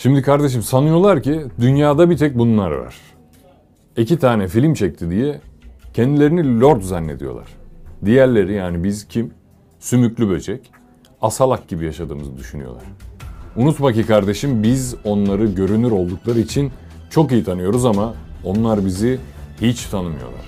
Şimdi kardeşim sanıyorlar ki dünyada bir tek bunlar var. 2 tane film çekti diye kendilerini lord zannediyorlar. Diğerleri yani biz kim? Sümüklü böcek, asalak gibi yaşadığımızı düşünüyorlar. Unutma ki kardeşim biz onları görünür oldukları için çok iyi tanıyoruz ama onlar bizi hiç tanımıyorlar.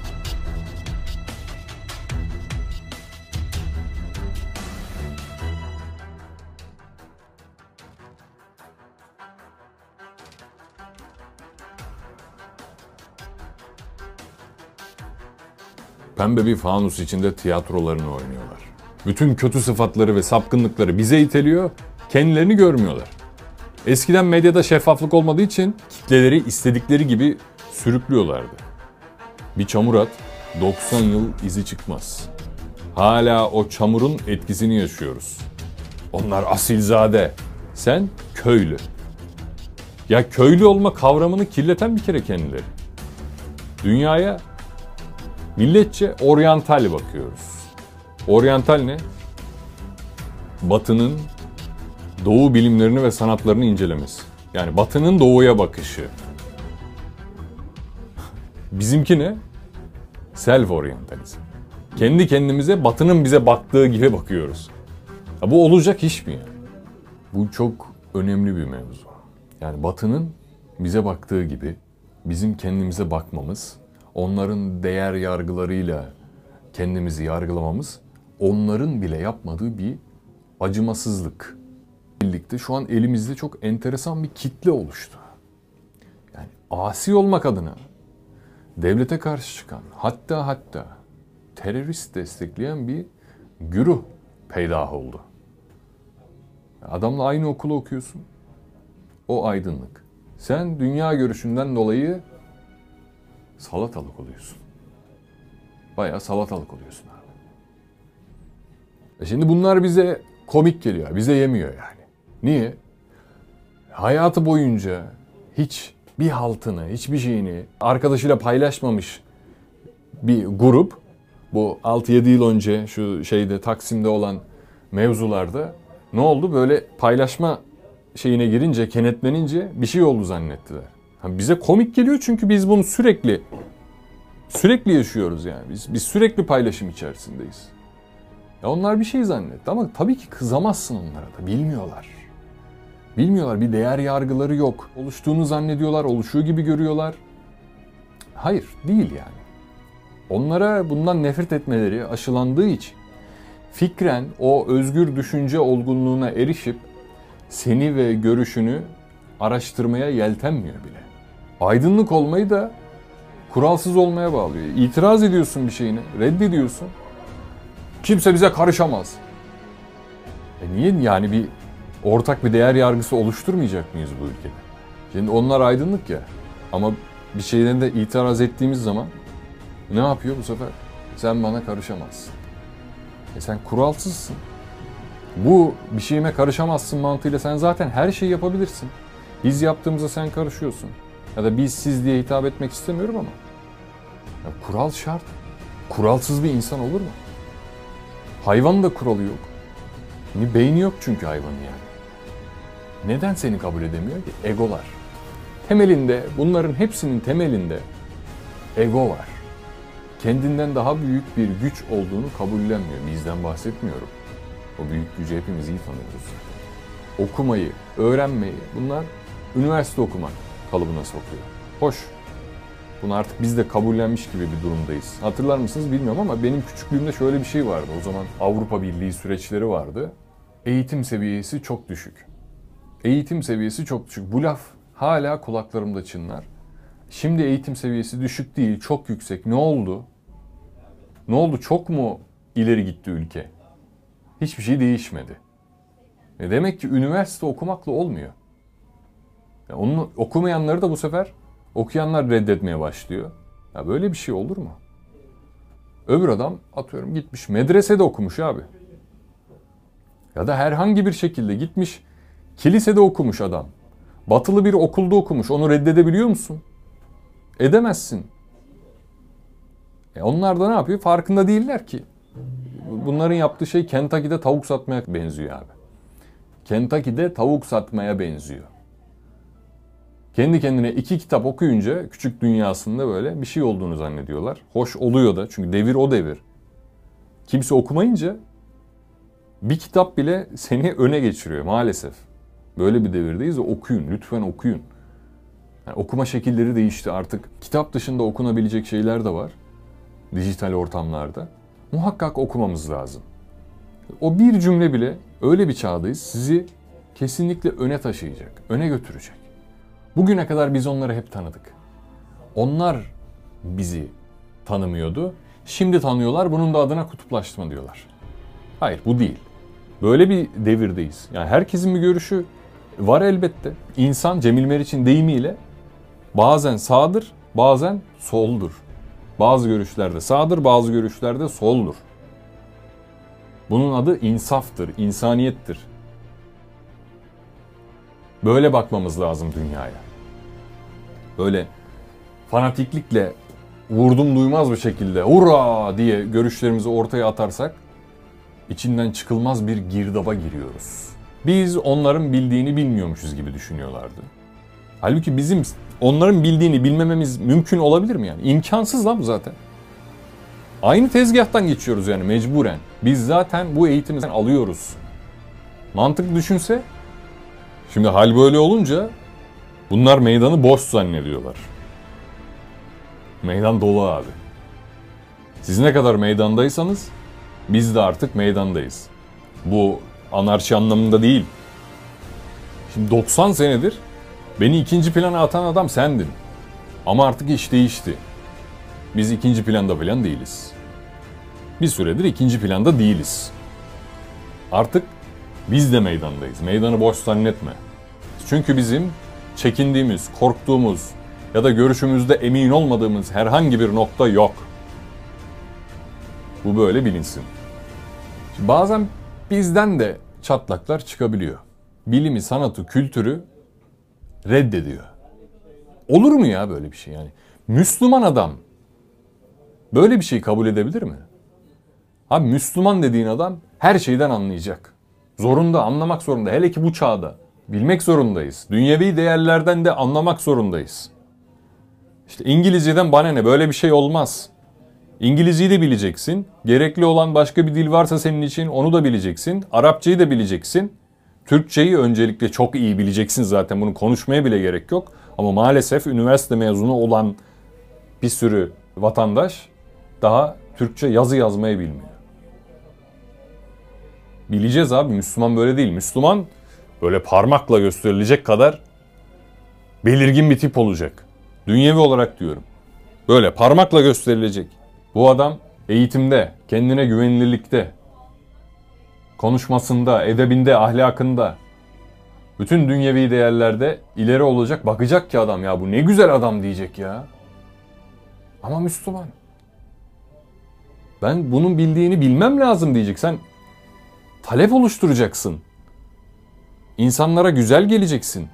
Pembe bir fanus içinde tiyatrolarını oynuyorlar. Bütün kötü sıfatları ve sapkınlıkları bize iteliyor, kendilerini görmüyorlar. Eskiden medyada şeffaflık olmadığı için kitleleri istedikleri gibi sürüklüyorlardı. Bir çamur at, 90 yıl izi çıkmaz. Hala o çamurun etkisini yaşıyoruz. Onlar asilzade, sen köylü. Ya köylü olma kavramını kirleten bir kere kendileri. Dünyaya milletçe oryantal bakıyoruz. Oryantal ne? Batı'nın doğu bilimlerini ve sanatlarını incelemesi. Yani Batı'nın doğuya bakışı. Bizimki ne? Self-oryantalizm. Kendi kendimize Batı'nın bize baktığı gibi bakıyoruz. Ya bu olacak iş mi ya? Bu çok önemli bir mevzu. Yani Batı'nın bize baktığı gibi bizim kendimize bakmamız, onların değer yargılarıyla kendimizi yargılamamız, onların bile yapmadığı bir acımasızlık. Birlikte şu an elimizde çok enteresan bir kitle oluştu. Yani asi olmak adına devlete karşı çıkan, hatta terörist destekleyen bir güruh peydah oldu. Adamla aynı okulu okuyorsun. O aydınlık. Sen dünya görüşünden dolayı salatalık oluyorsun. Bayağı salatalık oluyorsun abi. Şimdi bunlar bize komik geliyor. Bize yemiyor yani. Niye? Hayatı boyunca hiç bir haltını, hiçbir şeyini arkadaşıyla paylaşmamış bir grup, bu 6-7 yıl önce şu şeyde Taksim'de olan mevzularda ne oldu? Böyle paylaşma şeyine girince, kenetlenince bir şey oldu zannettiler. Bize komik geliyor çünkü biz bunu sürekli yaşıyoruz yani. Biz sürekli paylaşım içerisindeyiz. Ya onlar bir şey zannetti ama tabii ki kızamazsın onlara da. Bilmiyorlar. Bilmiyorlar. Bir değer yargıları yok. Oluştuğunu zannediyorlar, oluşuyor gibi görüyorlar. Hayır, değil yani. Onlara bundan nefret etmeleri aşılandığı için fikren o özgür düşünce olgunluğuna erişip seni ve görüşünü araştırmaya yeltenmiyor bile. Aydınlık olmayı da kuralsız olmaya bağlıyor. İtiraz ediyorsun bir şeyine, reddediyorsun. Kimse bize karışamaz. Niye yani bir ortak bir değer yargısı oluşturmayacak mıyız bu ülkede? Şimdi onlar aydınlık ya ama bir şeyden de itiraz ettiğimiz zaman ne yapıyor bu sefer? Sen bana karışamazsın. Sen kuralsızsın. Bu bir şeyime karışamazsın mantığıyla sen zaten her şeyi yapabilirsin. Biz yaptığımızda sen karışıyorsun. Ya da biz siz diye hitap etmek istemiyorum ama. Ya kural şart. Kuralsız bir insan olur mu? Hayvanın da kuralı yok. Beyni yok çünkü hayvanın yani. Neden seni kabul edemiyor ki? Egolar. Temelinde, bunların hepsinin temelinde ego var. Kendinden daha büyük bir güç olduğunu kabullenmiyor. Bizden bahsetmiyorum. O büyük gücü hepimiz iyi tanıyoruz. Okumayı, öğrenmeyi, bunlar üniversite okumak kalıbına sokuyor. Hoş. Bunu artık biz de kabullenmiş gibi bir durumdayız. Hatırlar mısınız bilmiyorum ama benim küçüklüğümde şöyle bir şey vardı. O zaman Avrupa Birliği süreçleri vardı. Eğitim seviyesi çok düşük. Eğitim seviyesi çok düşük. Bu laf hala kulaklarımda çınlar. Şimdi eğitim seviyesi düşük değil, çok yüksek. Ne oldu? Ne oldu? Çok mu ileri gitti ülke? Hiçbir şey değişmedi. Demek ki üniversite okumakla olmuyor. Onu okumayanları da bu sefer okuyanlar reddetmeye başlıyor. Ya böyle bir şey olur mu? Öbür adam atıyorum gitmiş medresede okumuş abi. Ya da herhangi bir şekilde gitmiş kilisede okumuş adam. Batılı bir okulda okumuş. Onu reddedebiliyor musun? Edemezsin. Onlar da ne yapıyor? Farkında değiller ki. Bunların yaptığı şey Kentucky'de tavuk satmaya benziyor abi. Kentucky'de tavuk satmaya benziyor. Kendi kendine 2 kitap okuyunca küçük dünyasında böyle bir şey olduğunu zannediyorlar. Hoş oluyor da, çünkü devir o devir. Kimse okumayınca bir kitap bile seni öne geçiriyor maalesef. Böyle bir devirdeyiz ve okuyun, lütfen okuyun. Yani okuma şekilleri değişti artık. Kitap dışında okunabilecek şeyler de var. Dijital ortamlarda. Muhakkak okumamız lazım. O bir cümle bile öyle bir çağdayız, sizi kesinlikle öne taşıyacak, öne götürecek. Bugüne kadar biz onları hep tanıdık. Onlar bizi tanımıyordu. Şimdi tanıyorlar, bunun da adına kutuplaştırma diyorlar. Hayır, bu değil. Böyle bir devirdeyiz. Yani herkesin bir görüşü var elbette. İnsan, Cemil Meriç'in deyimiyle, bazen sağdır, bazen soldur. Bazı görüşlerde sağdır, bazı görüşlerde soldur. Bunun adı insaftır, insaniyettir. Böyle bakmamız lazım dünyaya. Böyle fanatiklikle, vurdum duymaz bir şekilde hurra diye görüşlerimizi ortaya atarsak içinden çıkılmaz bir girdaba giriyoruz. Biz onların bildiğini bilmiyormuşuz gibi düşünüyorlardı. Halbuki bizim onların bildiğini bilmememiz mümkün olabilir mi yani? İmkansız lan bu zaten. Aynı tezgahtan geçiyoruz yani mecburen. Biz zaten bu eğitimi alıyoruz. Mantık düşünse, şimdi hal böyle olunca bunlar meydanı boş zannediyorlar. Meydan dolu abi. Siz ne kadar meydandaysanız biz de artık meydandayız. Bu anarşi anlamında değil. Şimdi 90 senedir beni ikinci plana atan adam sendin. Ama artık iş değişti. Biz ikinci planda falan değiliz. Bir süredir ikinci planda değiliz. Artık biz de meydandayız. Meydanı boş zannetme. Çünkü bizim çekindiğimiz, korktuğumuz ya da görüşümüzde emin olmadığımız herhangi bir nokta yok. Bu böyle bilinsin. Şimdi bazen bizden de çatlaklar çıkabiliyor. Bilimi, sanatı, kültürü reddediyor. Olur mu ya böyle bir şey yani? Müslüman adam böyle bir şey kabul edebilir mi? Abi Müslüman dediğin adam her şeyden anlayacak. Zorunda, anlamak zorunda. Hele ki bu çağda. Bilmek zorundayız. Dünyevi değerlerden de anlamak zorundayız. İşte İngilizceden bana ne, böyle bir şey olmaz. İngilizceyi de bileceksin. Gerekli olan başka bir dil varsa senin için onu da bileceksin. Arapçayı da bileceksin. Türkçeyi öncelikle çok iyi bileceksin zaten. Bunu konuşmaya bile gerek yok. Ama maalesef üniversite mezunu olan bir sürü vatandaş daha Türkçe yazı yazmayı bilmiyor. Bileceğiz abi. Müslüman böyle değil. Müslüman böyle parmakla gösterilecek kadar belirgin bir tip olacak. Dünyevi olarak diyorum. Böyle parmakla gösterilecek. Bu adam eğitimde, kendine güvenilirlikte, konuşmasında, edebinde, ahlakında, bütün dünyevi değerlerde ileri olacak. Bakacak ki adam, ya bu ne güzel adam diyecek ya. Ama Müslüman. Ben bunun bildiğini bilmem lazım diyecek. Sen talep oluşturacaksın. İnsanlara güzel geleceksin.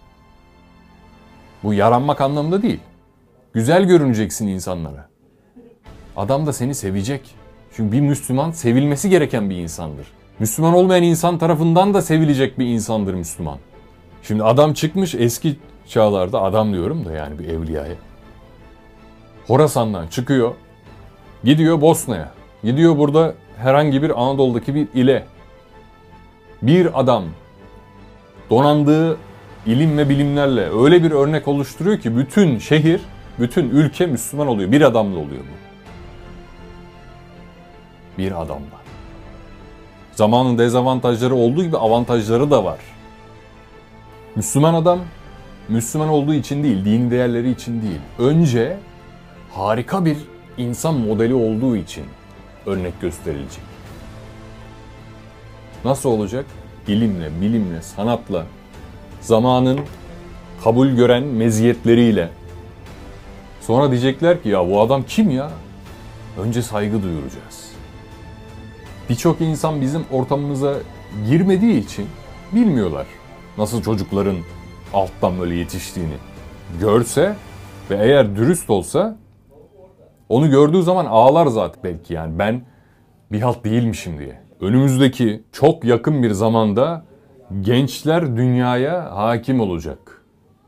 Bu yaranmak anlamında değil. Güzel görüneceksin insanlara. Adam da seni sevecek. Çünkü bir Müslüman sevilmesi gereken bir insandır. Müslüman olmayan insan tarafından da sevilecek bir insandır Müslüman. Şimdi adam çıkmış eski çağlarda, adam diyorum da yani bir evliyaya. Horasan'dan çıkıyor. Gidiyor Bosna'ya. Gidiyor burada herhangi bir Anadolu'daki bir ile. Bir adam donandığı ilim ve bilimlerle öyle bir örnek oluşturuyor ki bütün şehir, bütün ülke Müslüman oluyor. Bir adamla oluyor bu. Bir adamla. Zamanın dezavantajları olduğu gibi avantajları da var. Müslüman adam, Müslüman olduğu için değil, dini değerleri için değil. Önce harika bir insan modeli olduğu için örnek gösterilecek. Nasıl olacak? İlimle, bilimle, sanatla, zamanın kabul gören meziyetleriyle. Sonra diyecekler ki ya bu adam kim ya? Önce saygı duyuracağız. Birçok insan bizim ortamımıza girmediği için bilmiyorlar nasıl çocukların alttan böyle yetiştiğini. Görse ve eğer dürüst olsa onu gördüğü zaman ağlar zaten belki, yani ben bir halt değilmişim diye. Önümüzdeki çok yakın bir zamanda gençler dünyaya hakim olacak.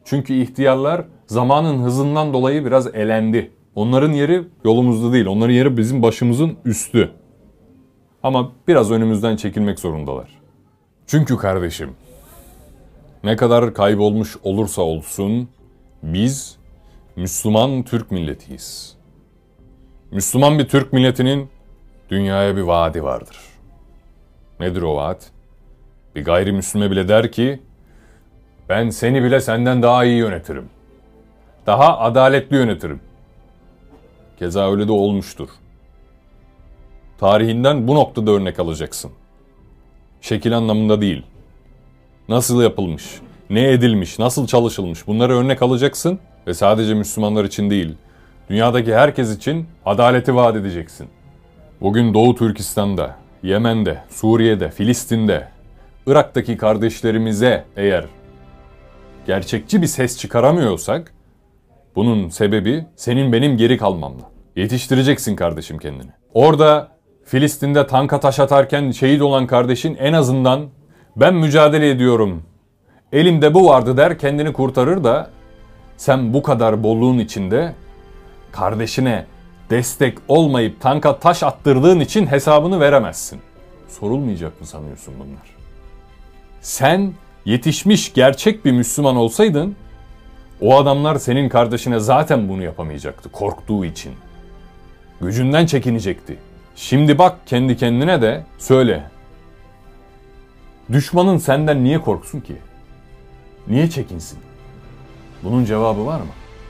Çünkü ihtiyarlar zamanın hızından dolayı biraz elendi. Onların yeri yolumuzda değil, onların yeri bizim başımızın üstü. Ama biraz önümüzden çekilmek zorundalar. Çünkü kardeşim, ne kadar kaybolmuş olursa olsun biz Müslüman Türk milletiyiz. Müslüman bir Türk milletinin dünyaya bir vaadi vardır. Nedir o vaat? Bir gayrimüslime bile der ki, ben seni bile senden daha iyi yönetirim. Daha adaletli yönetirim. Keza öyle de olmuştur. Tarihinden bu noktada örnek alacaksın. Şekil anlamında değil. Nasıl yapılmış, ne edilmiş, nasıl çalışılmış bunları örnek alacaksın ve sadece Müslümanlar için değil, dünyadaki herkes için adaleti vaat edeceksin. Bugün Doğu Türkistan'da, Yemen'de, Suriye'de, Filistin'de, Irak'taki kardeşlerimize eğer gerçekçi bir ses çıkaramıyorsak, bunun sebebi senin benim geri kalmamla. Yetiştireceksin kardeşim kendini. Orada Filistin'de tanka taş atarken şehit olan kardeşin en azından ben mücadele ediyorum, elimde bu vardı der kendini kurtarır da sen bu kadar bolluğun içinde kardeşine destek olmayıp tanka taş attırdığın için hesabını veremezsin. Sorulmayacak mı sanıyorsun bunlar? Sen yetişmiş gerçek bir Müslüman olsaydın o adamlar senin kardeşine zaten bunu yapamayacaktı korktuğu için. Gücünden çekinecekti. Şimdi bak kendi kendine de söyle. Düşmanın senden niye korksun ki? Niye çekinsin? Bunun cevabı var mı?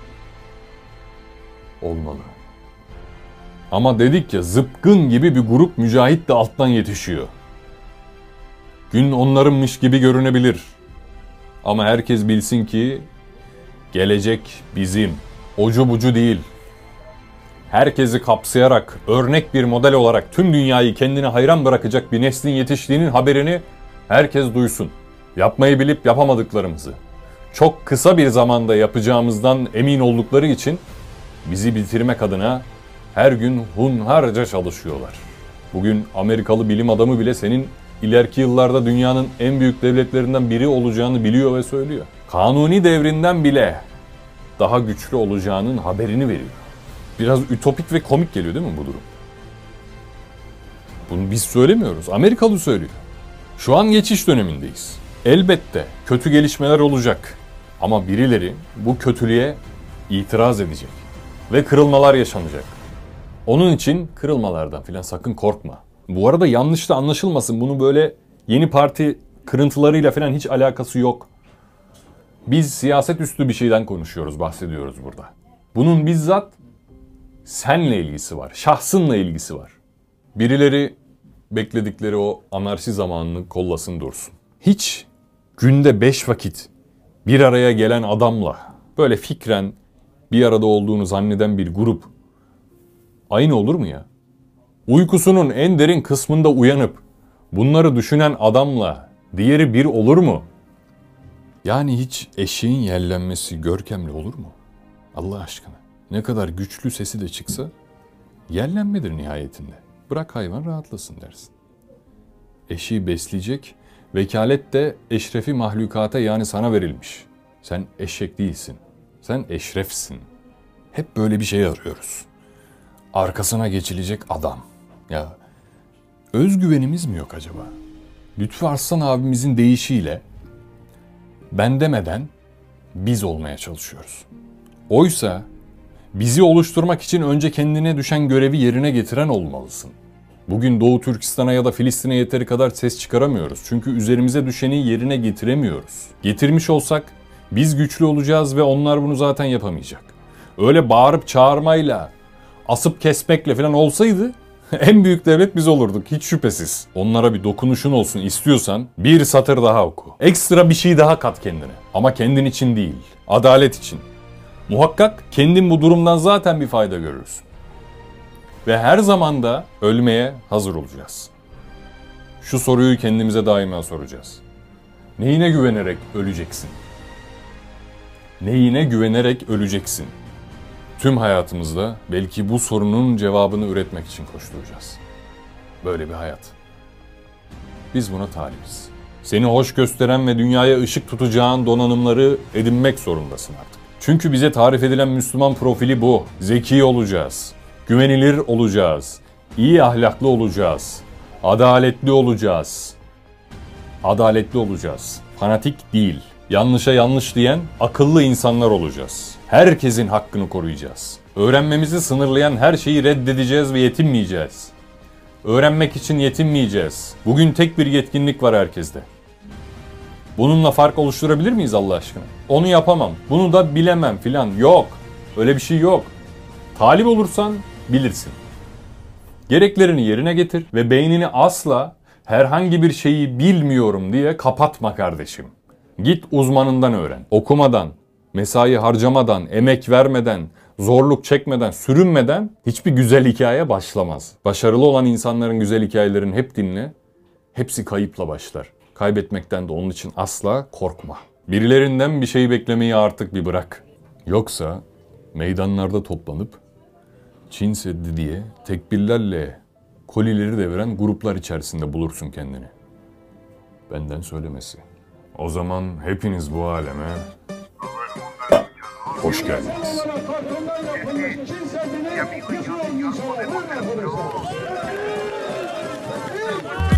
Olmalı. Ama dedik ya zıpkın gibi bir grup mücahit de alttan yetişiyor. Gün onlarınmış gibi görünebilir. Ama herkes bilsin ki gelecek bizim. Ocu bucu değil. Herkesi kapsayarak, örnek bir model olarak tüm dünyayı kendine hayran bırakacak bir neslin yetiştiğinin haberini herkes duysun. Yapmayı bilip yapamadıklarımızı çok kısa bir zamanda yapacağımızdan emin oldukları için bizi bitirmek adına her gün hunharca çalışıyorlar. Bugün Amerikalı bilim adamı bile senin ileriki yıllarda dünyanın en büyük devletlerinden biri olacağını biliyor ve söylüyor. Kanuni devrinden bile daha güçlü olacağının haberini veriyor. Biraz ütopik ve komik geliyor değil mi bu durum? Bunu biz söylemiyoruz. Amerikalı söylüyor. Şu an geçiş dönemindeyiz. Elbette kötü gelişmeler olacak. Ama birileri bu kötülüğe itiraz edecek. Ve kırılmalar yaşanacak. Onun için kırılmalardan filan sakın korkma. Bu arada yanlış da anlaşılmasın. Bunu böyle yeni parti kırıntılarıyla filan hiç alakası yok. Biz siyaset üstü bir şeyden konuşuyoruz, bahsediyoruz burada. Bunun bizzat senle ilgisi var, şahsınla ilgisi var. Birileri bekledikleri o anarşi zamanını kollasın dursun. Hiç günde 5 vakit bir araya gelen adamla böyle fikren bir arada olduğunu zanneden bir grup aynı olur mu ya? Uykusunun en derin kısmında uyanıp bunları düşünen adamla diğeri bir olur mu? Yani hiç eşeğin yellenmesi görkemli olur mu? Allah aşkına. Ne kadar güçlü sesi de çıksa yellenmedir nihayetinde. Bırak hayvan rahatlasın dersin. Eşeği besleyecek vekalet de eşrefi mahlukata yani sana verilmiş. Sen eşek değilsin. Sen eşrefsin. Hep böyle bir şey arıyoruz. Arkasına geçilecek adam. Ya özgüvenimiz mi yok acaba? Lütfü Arslan abimizin deyişiyle ben demeden biz olmaya çalışıyoruz. Oysa bizi oluşturmak için önce kendine düşen görevi yerine getiren olmalısın. Bugün Doğu Türkistan'a ya da Filistin'e yeteri kadar ses çıkaramıyoruz. Çünkü üzerimize düşeni yerine getiremiyoruz. Getirmiş olsak biz güçlü olacağız ve onlar bunu zaten yapamayacak. Öyle bağırıp çağırmayla, asıp kesmekle falan olsaydı en büyük devlet biz olurduk hiç şüphesiz. Onlara bir dokunuşun olsun istiyorsan bir satır daha oku. Ekstra bir şey daha kat kendine. Ama kendin için değil, adalet için. Muhakkak kendin bu durumdan zaten bir fayda görürsün. Ve her zaman da ölmeye hazır olacağız. Şu soruyu kendimize daima soracağız. Neyine güvenerek öleceksin? Neyine güvenerek öleceksin? Tüm hayatımızda belki bu sorunun cevabını üretmek için koşturacağız. Böyle bir hayat. Biz buna talibiz. Seni hoş gösteren ve dünyaya ışık tutacağın donanımları edinmek zorundasın artık. Çünkü bize tarif edilen Müslüman profili bu. Zeki olacağız, güvenilir olacağız, iyi ahlaklı olacağız, adaletli olacağız. Adaletli olacağız. Fanatik değil. Yanlışa yanlış diyen akıllı insanlar olacağız. Herkesin hakkını koruyacağız. Öğrenmemizi sınırlayan her şeyi reddedeceğiz ve yetinmeyeceğiz. Öğrenmek için yetinmeyeceğiz. Bugün tek bir yetkinlik var herkeste. Bununla fark oluşturabilir miyiz Allah aşkına? Onu yapamam, bunu da bilemem filan. Yok. Öyle bir şey yok. Talip olursan bilirsin. Gereklerini yerine getir ve beynini asla herhangi bir şeyi bilmiyorum diye kapatma kardeşim. Git uzmanından öğren. Okumadan, mesai harcamadan, emek vermeden, zorluk çekmeden, sürünmeden hiçbir güzel hikaye başlamaz. Başarılı olan insanların güzel hikayelerini hep dinle. Hepsi kayıpla başlar. Kaybetmekten de onun için asla korkma. Birilerinden bir şey beklemeyi artık bir bırak. Yoksa meydanlarda toplanıp Çin Seddi diye tekbirlerle kolileri deviren gruplar içerisinde bulursun kendini. Benden söylemesi. O zaman hepiniz bu aleme hoş geldiniz. Ya,